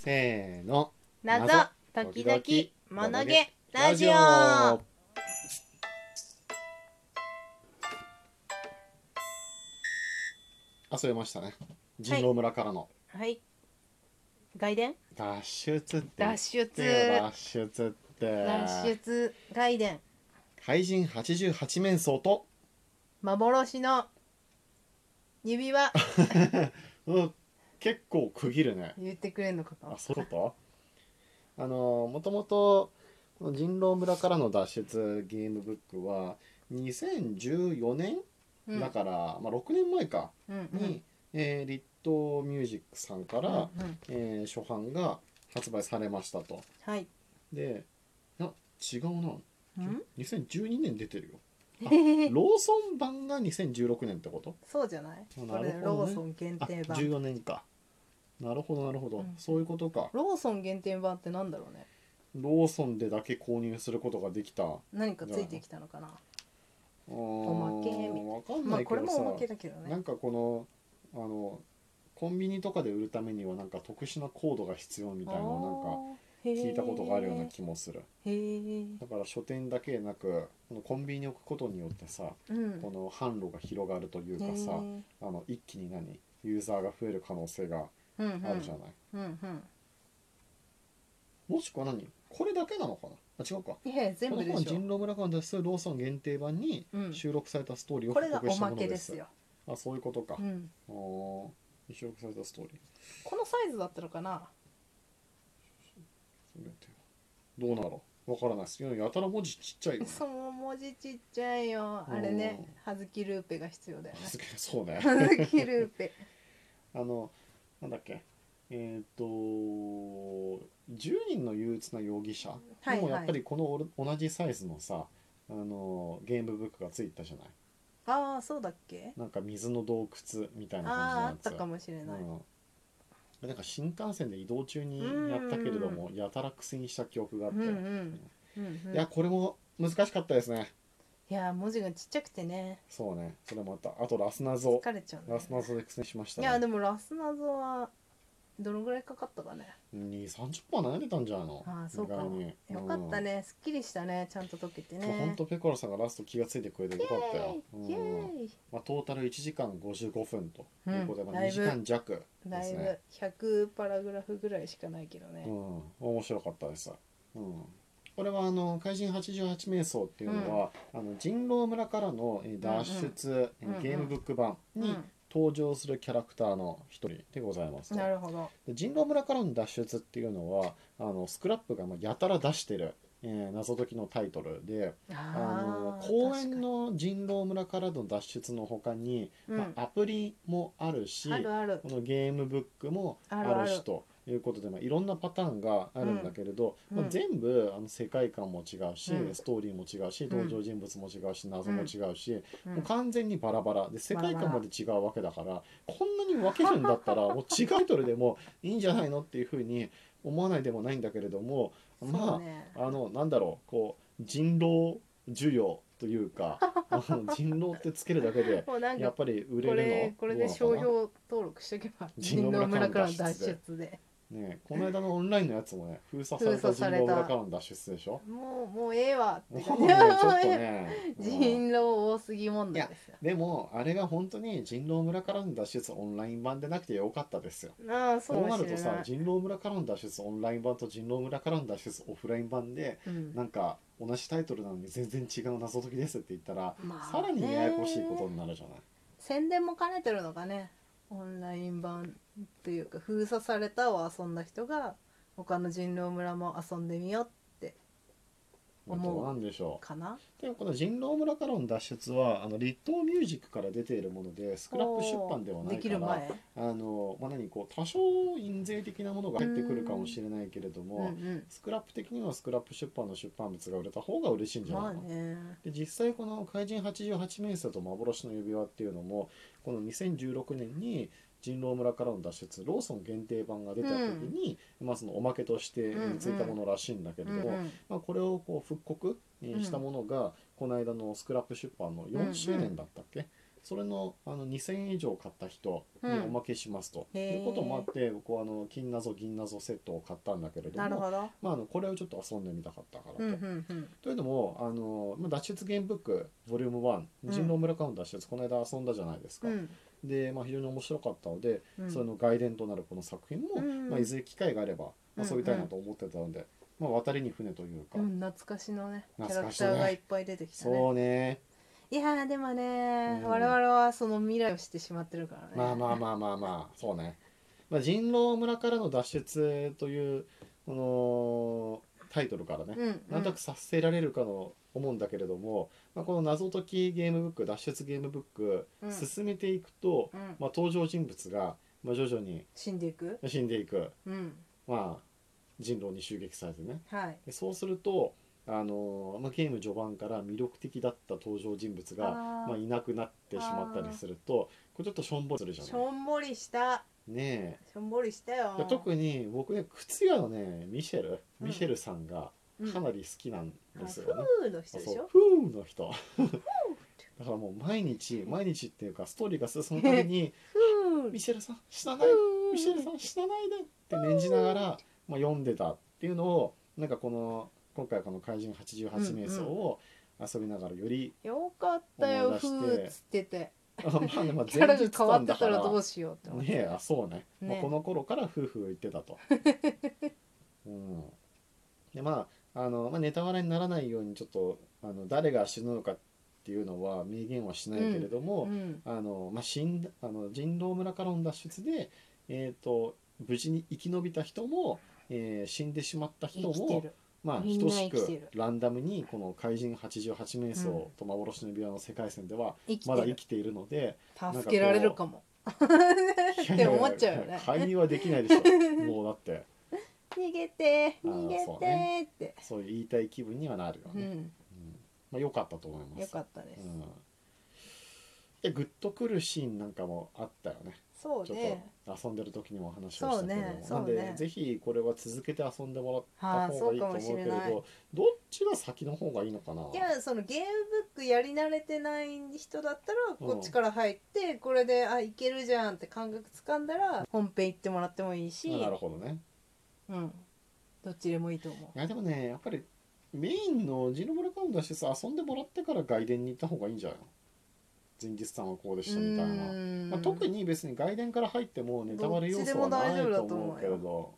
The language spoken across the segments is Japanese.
せーの。 謎時々ものげラジオ。 遊びましたね。人狼村からのはい。外伝脱出って言っ脱出てよ、脱出って脱出外伝怪人88面相と幻の指輪うん結構区切るね。 言ってくれんのかな。 そういうこともともとこの人狼村からの脱出ゲームブックは2014年、 うんだから、6年前かうんに、リットミュージックさんから、初版が発売されましたと。 はい。 で、違うな。 うん 2012年出てるよ。ローソン版が2016年ってこと？ そうじゃない？これなるほどね。 ローソン限定版。 14年か。なるほどなるほど、そういうことか。 ローソン限定版ってなんだろうね。 ローソンでだけ購入することができた。 何かついてきたのかな。 おまけみたいな。 わかんないけどさ、 これもおまけだけどね。 なんかこのコンビニとかで売るためにはなんか特殊なコードが必要みたいなのなんか聞いたことがあるような気もする。だから書店だけでなくこのコンビニに置くことによってさ、この販路が広がるというかさ、一気にユーザーが増える可能性があるじゃない。もしくはこれだけなのかな。違うか。 いや全部でしょ。 この本は人狼村から脱出ローソン限定版に収録されたストーリーをこれがおま報告したもので。 けですすよ。 あ、そういうことか。収録されたストーリー。 このサイズだったのかな。 どうなのわからないです。やたら文字ちっちゃいよね。 その文字ちっちゃいよ。あれね、はずきルーペが必要だよね。 そうね。 はずきルーペ。 なんだっけ。10人の憂鬱な容疑者でもやっぱりこの同じサイズのさ、ゲームブックがついたじゃない。 ああ、そうだっけ。 なんか水の洞窟みたいな感じのああ、あやつ。 ったかもしれない。 なんか新幹線で移動中にやったけれどもやたら苦戦した記憶があって、いやこれも難しかったですね。 いや文字がちっちゃくてね。 そうね、それもあった。あとラス謎、 疲れちゃうね。 ラス謎で苦戦しましたね。 いやでもラス謎はどのぐらいかかったかね。 2、30%悩んでたんじゃないの。 ああ、そうか。よかったね、すっきりしたね、ちゃんと解けてね。 ほんとペコラさんがラスト気がついてくれてよかったよ。 イエーイ。 トータル1時間55分ということで、2時間弱ですね。 だいぶ100パラグラフぐらいしかないけどね。 面白かったです。これは怪人88名相っていうのは、人狼村からの脱出、ゲームブック版に登場するキャラクターの一人でございます。 なるほど。 人狼村からの脱出っていうのはスクラップがやたら出してる、謎解きのタイトルで、公園の人狼村からの脱出の他に、アプリもあるし、このゲームブックもあるしということで、いろんなパターンがあるんだけれど、全部世界観も違うし、ストーリーも違うし、登場人物も違うし、謎も違うし、もう完全にバラバラで世界観まで違うわけだから、こんなに分けるんだったらもう違うタイトルでもいいんじゃないのっていうふうに思わないでもないんだけれども、なんだろう、こう人狼需要というか人狼ってつけるだけでやっぱり売れるの。 これで商標登録しとけば、人狼村からの脱出でね。この間のオンラインのやつもね、封鎖された人狼村からの脱出でしょ。 もうええわって感じ。 ちょっとね、 人狼多すぎ問題ですよ。 でもあれが本当に人狼村からの脱出オンライン版でなくてよかったですよ。そうなるとさ、人狼村からの脱出オンライン版と人狼村からの脱出オフライン版で、なんか同じタイトルなのに全然違う謎解きですって言ったら、さらにややこしいことになるじゃない。 宣伝も兼ねてるのかね。オンライン版っていうか封鎖されたを遊んだ人が他の人狼村も遊んでみようって思うなんでしょうかな。 でもこの人狼村からの脱出はリットーミュージックから出ているものでスクラップ出版ではないから多少印税的なものが入ってくるかもしれないけれども、スクラップ的にはスクラップ出版の出版物が売れた方が嬉しいんじゃないの。で実際この怪人88名相と幻の指輪っていうのもこの2016年に人狼村からの脱出ローソン限定版が出た時に、そのおまけとしてついたものらしいんだけれども、これをこう復刻したものがこの間のスクラップ出版の4周年だったっけ、 それの2000円以上買った人にうんおまけしますと、 へーいうこともあって僕は金謎銀謎セットを買ったんだけれども、 なるほど。 まあ、これをちょっと遊んでみたかったからと。 うんうんうん。 というのもまあ脱出ゲームブックボリューム1人狼村からの脱出、この間遊んだじゃないですか。 うんで、まあ、非常に面白かったので、 うんそれの外伝となるこの作品も、 うんまあ、いずれ機会があれば遊びたいなと思ってたので、まあ、渡りに船というか、 うん、懐かしのねキャラク懐かしいねターがいっぱい出てきたね。 そうね、 いやーでもね、 うん我々はその未来を知ってしまってるからね。 まあまあまあまあまあそうね、まあ、人狼村からの脱出というこのタイトルからね、 うんうんなんとなくさせられるかと思うんだけれども、まあ、この謎解きゲームブック脱出ゲームブック、 うん進めていくと、 うんまあ、登場人物が、まあ、徐々に死んでいく。 死んでいく、 うんまあ、人狼に襲撃されてね。 はい。 でそうするとまあ、ゲーム序盤から魅力的だった登場人物があーまあ、いなくなってしまったりするとこれちょっとしょんぼりするじゃしないょんぼりした。 ねしょんぼりしたよ。 で特に僕ね靴屋のねミシェルさんがかなり好きなんですよね、 フーの人でしょ。 そうフーの人だからもう毎日っていうかストーリーが進むたびにフーミシェルさん死なないミシェルさん死なないでって念じながら、まあ、読んでたっていうのをなんか今回この怪人88瞑想を遊びながらより、 よかったよ思い出してフーっつってて。 まあね、まあ、 キャラが前日変わってた談だかららどうしようって思って。 ねえそうねねもうこの頃から夫婦言ってたと、うん、でまあネタバレにならないようにちょっと誰が死ぬのかっていうのは明言はしないけれども、 うんまあ、人狼村からの脱出で、無事に生き延びた人も、死んでしまった人も、 生きてる。 まあ、 みん等しくな生きてるランダムにこの怪人88瞑想と幻の指輪の世界線ではまだ生きてる。 生きているので、 助けられるかも。って思っちゃうよね。 介入はできないでしょもうだって逃げてあー逃げそうてねって。 そういう言いたい気分にはなるよね、 うん。 まあ、良かったと思いますよかったです。 でグッとくるシーンなんかもあったよねちょっそうね。 と遊んでる時にもお話をしたけど、 そうねそうなんねでぜひこれは続けて遊んでもらはあった方がいいと思うけれそうかもしれないど、どっちが先の方がいいのかな。 いやそのゲームブックやり慣れてない人だったらうんこっちから入ってこれでいけるじゃんって感覚つかんだら本編行ってもらってもいいし、 なるほどね。 うん、どっちでもいいと思いやでもねやっぱりメインのジノブラカウントしてさ遊んでもらってから外伝に行った方がいいんじゃないの。前日さんはこうでう。 したみたいな、まあ、特に別に外伝から入ってもネタバレ要素はないと思うけれど、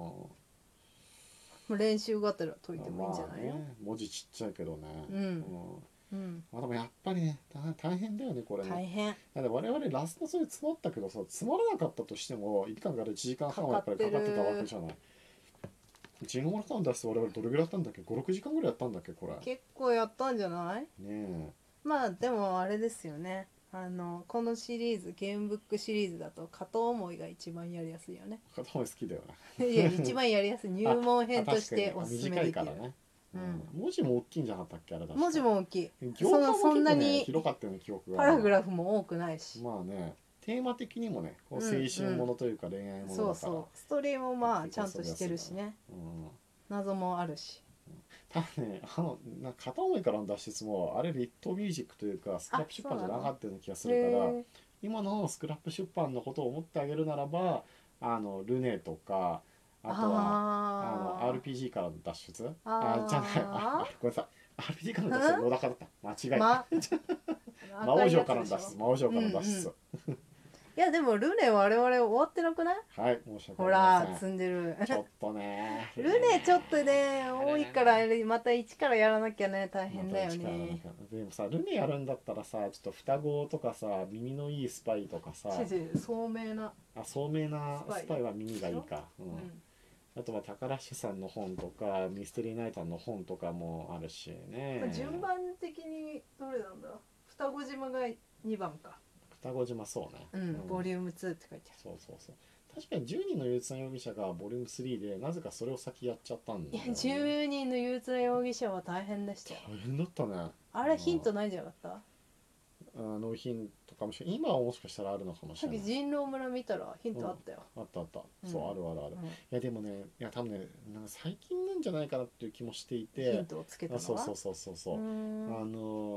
まあ練習がてら解いてもいいんじゃないの、 まあね、文字ちっちゃいけどね、 うんまあ、でもやっぱりね大変だよねこれね。 大変だって我々ラストそれ積もったけどさ積まらなかったとしても1時間から1時間半はやっぱりかかってたわけじゃない。ジノブラカウント出して我々どれぐらいやったんだっけ。56時間ぐらいやったんだっけこれね結構やったんじゃない？ え。 まあでもあれですよね、このシリーズゲームブックシリーズだと片思いが一番やりやすいよね。 片方好きだよね。 いや一番やりやすい入門編としてあおすすめ短できる。 いからね、文字も大きいんじゃなかったっけあれだ文字も大きい。 行間も結構、ね、 そんなに広かったような記憶がパラグラフも多くないし、 まあねテーマ的にもねこう青春ものというか恋愛ものだから、 そうそうストーリーもまあちゃんとしてるしね、謎もあるし。 ただねなんか片思いからの脱出もあれリットミュージックというかスクラップ出版じゃなかったような気がするから、今のスクラップ出版のことを思ってあげるならばルネとかあとはRPG からの脱出じゃないごめんなさい RPG からの脱出野田からだった間違い、魔王城からの脱出魔王城からの脱出、 いやでもルネ我々終わってなくない？ はい申し訳ほございません。 ら積んでるちょっとねルネちょっとね多いからまた一からやらなきゃね大変だよね。 でもさルネやるんだったらさちょっと双子とかさ耳のいいスパイとかさ聡明な聡明なスパイは耳がいいか、あとは宝師さんの本とかミステリーナイターの本とかもあるしね、 順番的にどれなんだ。双子島が2番か。 双子島そうね、 ボリューム2って書いてある。 そう確かに10人の憂鬱な容疑者がボリューム3でなぜかそれを先やっちゃったんだよ、ね、 10人の憂鬱な容疑者は大変でしたよ。 大変だったね。 あれヒントないんじゃなかった？ ノーヒントかもしれない。今はもしかしたらあるのかもしさっれない。 き人狼村見たらヒントあったよ。 あった、そうある。いやでもねいや多分ねなんか最近なんじゃないかなっていう気もしていて、 ヒントをつけたのは。 そう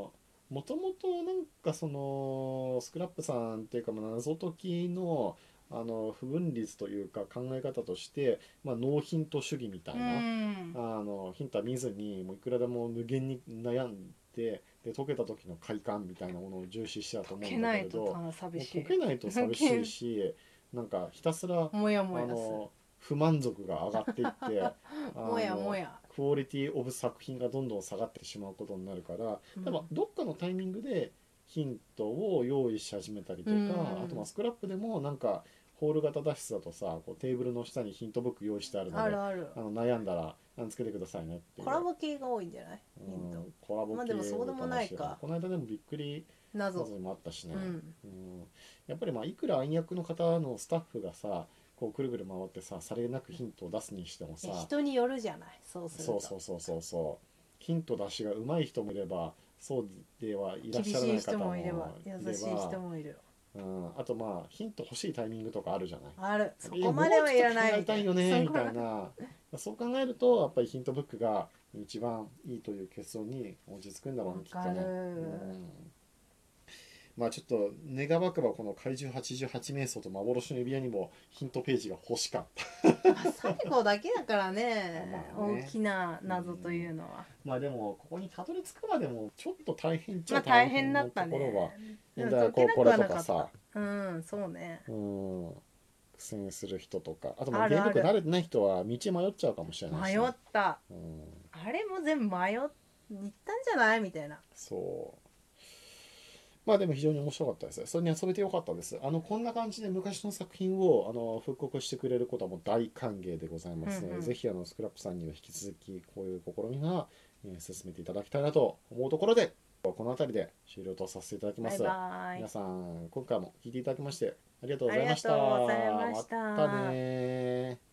もともとなんかそのスクラップさんっていうか、まあ謎解きの不分率というか考え方として、まあ、ノーヒント主義みたういな、 ん。 ヒントは見ずにもういくらでも無限に悩んで、解けた時の快感みたいなものを重視しちゃうと思うんだ解けないけれど、 と寂しい。 もう解けないと寂しいし、なんかひたすらもやもやする。 不満足が上がっていってもやもや。 クオリティオブ作品がどんどん下がってしまうことになるから、 うん多分どっかのタイミングでヒントを用意し始めたりとか、あとまあスクラップでもなんかホール型脱出だとさ、こうテーブルの下にヒントブック用意してあるので、 あるある。 悩んだらつけてくださいねっていう。 コラボ系が多いんじゃない？ヒント。 コラボ系まあでもそうでもないか。 この間でもびっくり謎。 謎にもあったしね、 うん。 やっぱりまあいくら暗躍の方のスタッフがさ、こうくるくる回ってさ、さりげなくヒントを出すにしてもさ、 人によるじゃない。そうすると。 そうヒント出しが上手い人もいれば、そうではいらっしゃらない方もいれば、 優しい人もいる。 あとまあヒント欲しいタイミングとかあるじゃない。 ある。そこまではいらないみたいよねみたいな。そう考えるとやっぱりヒントブックが一番いいという結論に落ち着くんだろうね、きっとね。まあちょっと願わくばこの怪獣88瞑想と幻の指輪にもヒントページが欲しかった。 最後だけだからね、 まあね、 大きな謎というのは。 まあでもここにたどり着くまでもちょっと大変っちまあゃ大変なとこ大変だったね。 ろは、 うんだからこれとかさ、 そうね。 苦戦する人とか、あとまああるあるゲーム慣れてない人は道迷っちゃうかもしれないしね、 迷った。 うん、 あれも全部行ったんじゃないみたいな。 そう。まあでも非常に面白かったです。それに遊べてよかったです。こんな感じで昔の作品を復刻してくれることはもう大歓迎でございますので、ぜひスクラップさんには引き続きこういう試みが、進めていただきたいなと思うところで、この辺りで終了とさせていただきます。 バイバイ。 皆さん今回も聞いていただきましてありがとうございました。 ありがとうございました。 またね。